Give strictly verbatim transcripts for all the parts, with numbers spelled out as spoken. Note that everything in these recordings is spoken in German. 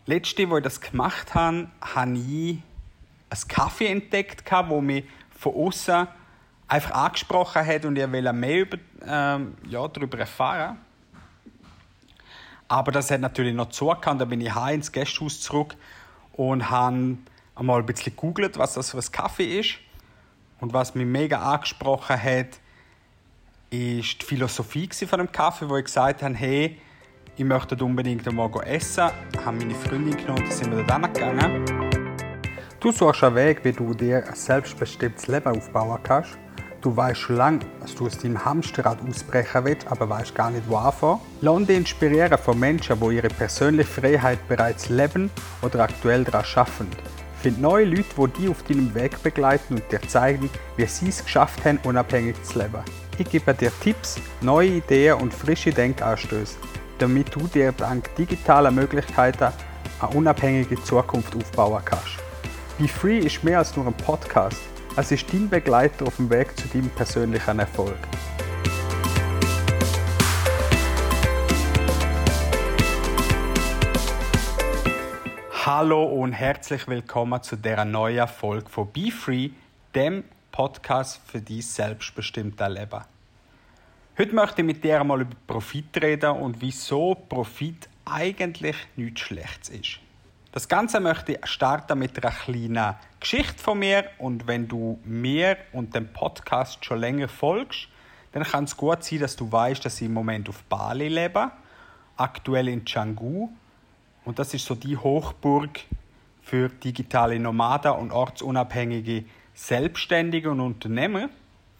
Letzte, wo ich das gemacht habe, habe ich einen Kaffee entdeckt, der mich von außen einfach angesprochen hat und ich wollte mehr über, ähm, ja, darüber erfahren. Aber das hat natürlich noch zugehört. Dann bin ich heim ins Gästehaus zurück und habe einmal ein bisschen gegoogelt, was das für ein Kaffee ist. Und was mich mega angesprochen hat, ist die Philosophie von dem Kaffee, wo ich gesagt habe, hey, ich möchte unbedingt einmal essen. Ich habe meine Freundin genommen und sind wir da gegangen. Du suchst einen Weg, wie du dir ein selbstbestimmtes Leben aufbauen kannst. Du weißt schon lange, dass du aus deinem Hamsterrad ausbrechen willst, aber weißt gar nicht, wo anfangen. Lass dich inspirieren von Menschen, die ihre persönliche Freiheit bereits leben oder aktuell daran arbeiten. Find neue Leute, die dich auf deinem Weg begleiten und dir zeigen, wie sie es geschafft haben, unabhängig zu leben. Ich gebe dir Tipps, neue Ideen und frische Denkanstöße, damit du dir dank digitaler Möglichkeiten eine unabhängige Zukunft aufbauen kannst. Be Free ist mehr als nur ein Podcast. Es ist dein Begleiter auf dem Weg zu deinem persönlichen Erfolg. Hallo und herzlich willkommen zu dieser neuen Folge von Be Free, dem Podcast für dein selbstbestimmtes Leben. Heute möchte ich mit dir einmal über Profit reden und wieso Profit eigentlich nichts Schlechtes ist. Das Ganze möchte ich starten mit einer kleinen Geschichte von mir. Und wenn du mir und dem Podcast schon länger folgst, dann kann es gut sein, dass du weißt, dass ich im Moment auf Bali lebe, aktuell in Canggu. Und das ist so die Hochburg für digitale Nomaden und ortsunabhängige Selbstständige und Unternehmer.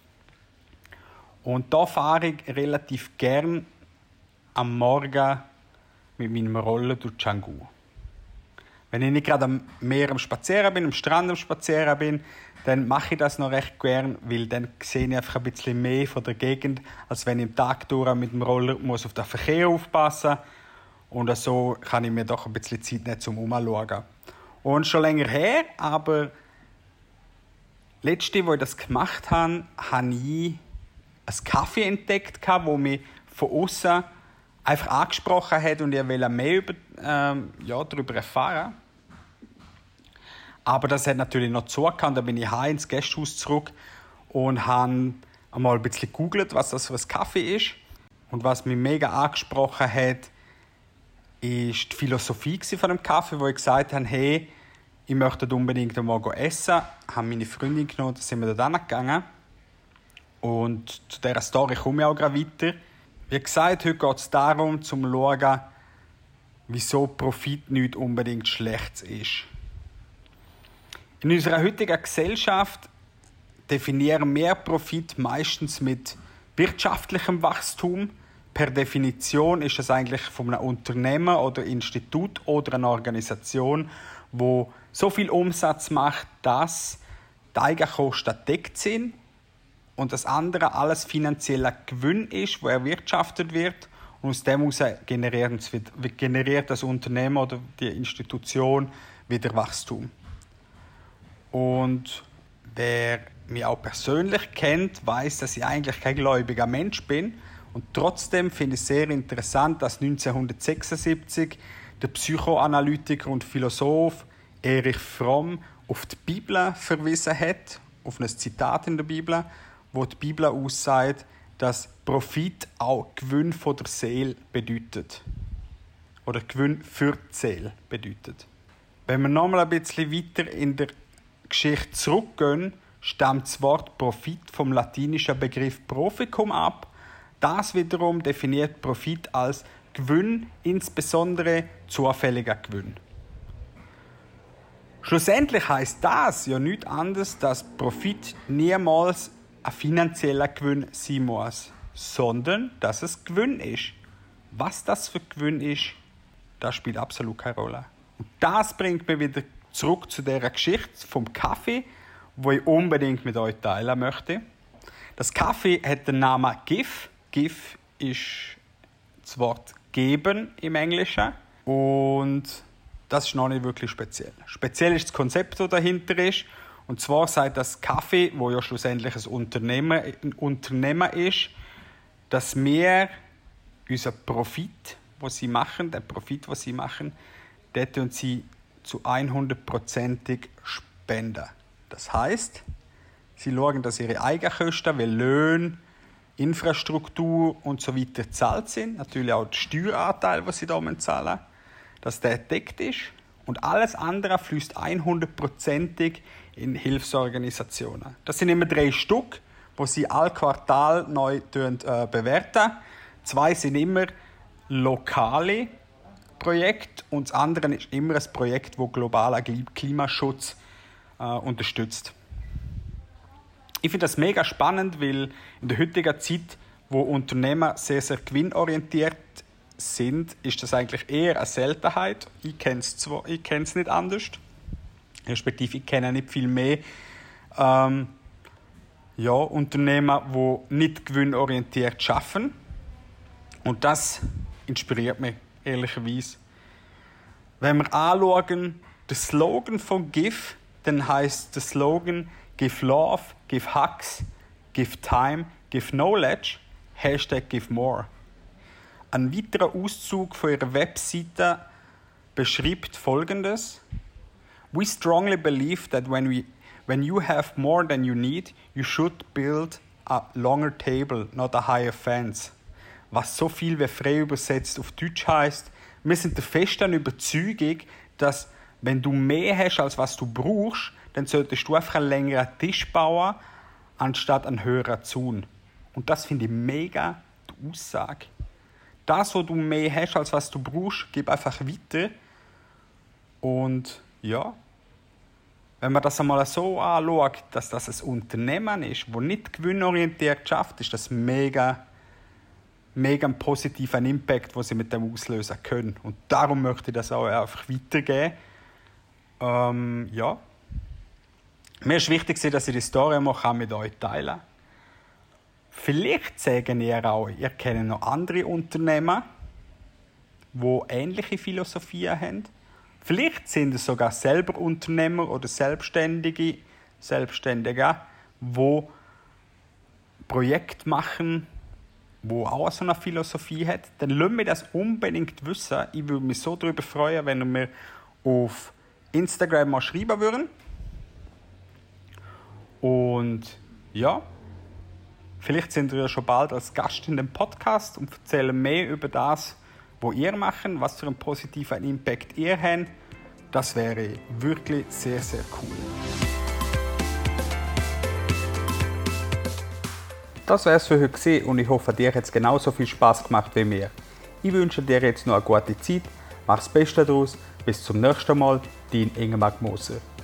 Und da fahre ich relativ gern am Morgen mit meinem Roller durch Canggu. Wenn ich nicht gerade am Meer am Spazieren bin, am Strand am Spazieren bin, dann mache ich das noch recht gern, weil dann sehe ich einfach ein bisschen mehr von der Gegend, als wenn ich am Tag durch mit dem Roller muss auf den Verkehr aufpassen muss. Und so kann ich mir doch ein bisschen Zeit nehmen, zum Umschauen. Und schon länger her, aber letzte, wo ich das gemacht habe, habe ich einen Kaffee entdeckt, der mich von außen einfach angesprochen hat und ich wollte mehr über, ähm, ja, darüber erfahren. Aber das hat natürlich noch zugehört. Dann bin ich heim ins Gästehaus zurück und habe einmal ein bisschen gegoogelt, was das für ein Kaffee ist. Und was mich mega angesprochen hat, ist die Philosophie von dem Kaffee, wo ich gesagt habe, hey, ich möchte unbedingt einmal essen. Ich habe meine Freundin genommen und sind wir da gegangen. Und zu dieser Story komme ich auch gerade weiter. Wie gesagt, heute geht es darum, zu schauen, wieso Profit nicht unbedingt schlecht ist. In unserer heutigen Gesellschaft definieren wir Profit meistens mit wirtschaftlichem Wachstum. Per Definition ist es eigentlich von einem Unternehmen oder Institut oder einer Organisation, wo so viel Umsatz macht, dass die Eigenkosten gedeckt sind und das andere alles finanzieller Gewinn ist, der erwirtschaftet wird. Und aus dem heraus generiert das Unternehmen oder die Institution wieder Wachstum. Und wer mich auch persönlich kennt, weiß, dass ich eigentlich kein gläubiger Mensch bin. Und trotzdem finde ich es sehr interessant, dass neunzehnhundertsechsundsiebzig der Psychoanalytiker und Philosoph Erich Fromm auf die Bibel verwiesen hat, auf ein Zitat in der Bibel, wo die Bibel aussagt, dass Profit auch Gewinn von der Seele bedeutet. Oder Gewinn für die Seele bedeutet. Wenn wir nochmal ein bisschen weiter in der Geschichte zurückgehen, stammt das Wort Profit vom latinischen Begriff Proficum ab. Das wiederum definiert Profit als Gewinn, insbesondere zufälliger Gewinn. Schlussendlich heisst das ja nichts anderes, dass Profit niemals ein finanzieller Gewinn sein muss, sondern dass es Gewinn ist. Was das für Gewinn ist, das spielt absolut keine Rolle. Und das bringt mich wieder zurück zu dieser Geschichte vom Kaffee, die ich unbedingt mit euch teilen möchte. Das Kaffee hat den Namen GIF. GIF ist das Wort geben im Englischen. Und das ist noch nicht wirklich speziell. Speziell ist das Konzept, das dahinter ist. Und zwar sagt das Kaffee, wo ja schlussendlich ein Unternehmen, ein Unternehmen ist, dass wir unseren Profit, was sie machen, den Profit, was sie machen, dort spenden sie zu hundert Prozent spenden. Das heisst, sie schauen, dass ihre Eigenkosten wie Löhne, Infrastruktur und so weiter gezahlt sind. Natürlich auch der Steueranteil, den sie hier zahlen müssen, dass der gedeckt ist. Und alles andere fließt hundert Prozent in Hilfsorganisationen. Das sind immer drei Stück, die sie alle Quartal neu äh, bewerten. Zwei sind immer lokale Projekte und das andere ist immer ein Projekt, das globalen Klimaschutz äh, unterstützt. Ich finde das mega spannend, weil in der heutigen Zeit, wo Unternehmen sehr, sehr gewinnorientiert sind, ist das eigentlich eher eine Seltenheit. Ich kenne es zwar, ich kenne es nicht anders, respektive ich kenne nicht viel mehr ähm, ja, Unternehmen, die nicht gewinnorientiert arbeiten. Und das inspiriert mich, ehrlicherweise. Wenn wir anschauen, der Slogan von G I F, dann heisst der Slogan Give Love, Give Hugs, Give Time, Give Knowledge, Hashtag Give More. Ein weiterer Auszug von ihrer Webseite beschreibt Folgendes: We strongly believe that when, we, when you have more than you need, you should build a longer table, not a higher fence. Was so viel wie frei übersetzt auf Deutsch heisst: Wir sind der festen Überzeugung, dass wenn du mehr hast, als was du brauchst, dann solltest du einfach einen längeren Tisch bauen, anstatt einen höheren Zaun. Und das finde ich mega die Aussage. Das, was du mehr hast, als was du brauchst, gib einfach weiter. Und ja, wenn man das einmal so anschaut, dass das ein Unternehmen ist, das nicht gewinnorientiert schafft, ist das mega, mega ein positiver Impact, den sie mit dem auslösen können. Und darum möchte ich das auch einfach weitergeben. Ähm, ja. Mir ist wichtig, dass ich die Story mal mit euch teilen kann. Vielleicht sagen ihr auch, ihr kennt noch andere Unternehmen, die ähnliche Philosophien haben. Vielleicht sind es sogar selber Unternehmer oder Selbstständige, Selbstständige, die Projekte machen, die auch so eine Philosophie hat. Dann lasst mich das unbedingt wissen. Ich würde mich so darüber freuen, wenn ihr mir auf Instagram mal schreiben würden. Und ja, vielleicht sind wir ja schon bald als Gast in dem Podcast und erzählen mehr über das, was ihr macht, was für einen positiven Impact ihr habt. Das wäre wirklich sehr, sehr cool. Das wäre es für heute gewesen und ich hoffe, dir hat es genauso viel Spass gemacht wie mir. Ich wünsche dir jetzt noch eine gute Zeit, mach das Beste daraus, bis zum nächsten Mal, dein Ingemar Moser.